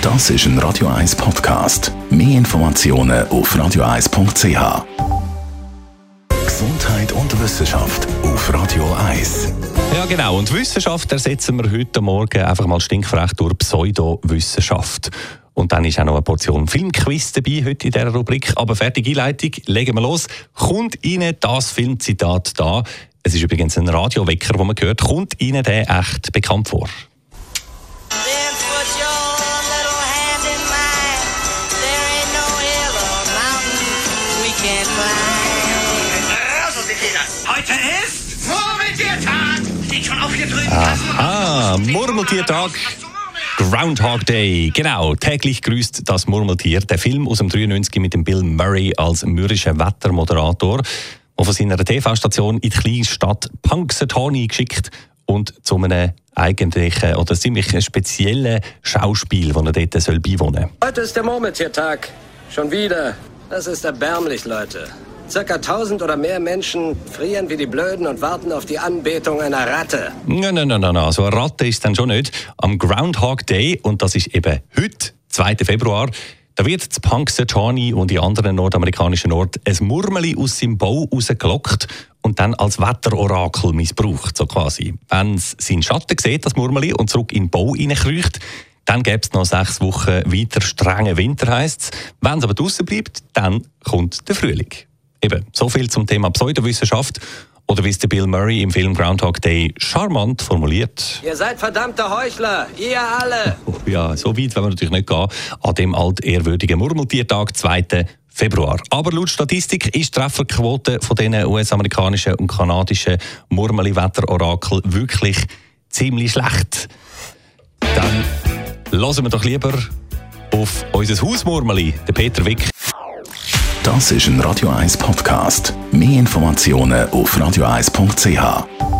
Das ist ein Radio 1 Podcast. Mehr Informationen auf radio1.ch. Gesundheit und Wissenschaft auf Radio 1. Ja, genau. Und Wissenschaft ersetzen wir heute Morgen einfach mal stinkfrech durch Pseudowissenschaft. Und dann ist auch noch eine Portion Filmquiz dabei heute in dieser Rubrik. Aber fertige Einleitung, legen wir los. Kommt Ihnen das Filmzitat da? Es ist übrigens ein Radiowecker, den man hört. Kommt Ihnen der echt bekannt vor? Heute ist Murmeltiertag! Steht schon auf hier drüben. Aha, Murmeltiertag. Groundhog Day, genau. Täglich grüßt das Murmeltier. Der Film aus dem 93 mit dem Bill Murray als mürrischer Wettermoderator, der von seiner TV-Station in die kleine Stadt Punxsutawney geschickt und zu einem eigentlichen oder ziemlich speziellen Schauspiel, das er dort beiwohnen soll. Heute ist der Murmeltiertag. Schon wieder. Das ist erbärmlich, Leute. Circa 1000 oder mehr Menschen frieren wie die Blöden und warten auf die Anbetung einer Ratte. Nein, so eine Ratte ist es dann schon nicht. Am Groundhog Day, und das ist eben heute, 2. Februar, da wird zu Punxsutawney und in anderen nordamerikanischen Orten ein Murmeli aus seinem Bau rausgelockt und dann als Wetterorakel missbraucht, so quasi. Wenn es seinen Schatten sieht, das Murmeli, und zurück in den Bau reinkriecht, dann gäbe es noch 6 Wochen weiter strengen Winter, heisst es. Wenn es aber draussen bleibt, dann kommt der Frühling. Eben, so viel zum Thema Pseudowissenschaft. Oder wie es der Bill Murray im Film Groundhog Day charmant formuliert. Ihr seid verdammte Heuchler, ihr alle! Ja, so weit wollen wir natürlich nicht gehen an dem altehrwürdigen Murmeltiertag, 2. Februar. Aber laut Statistik ist die Trefferquote von diesen US-amerikanischen und kanadischen Murmeli-Wetterorakel wirklich ziemlich schlecht. Dann hören wir doch lieber auf unser Hausmurmeli, den Peter Wick. Das ist ein Radio 1 Podcast. Mehr Informationen auf radio1.ch.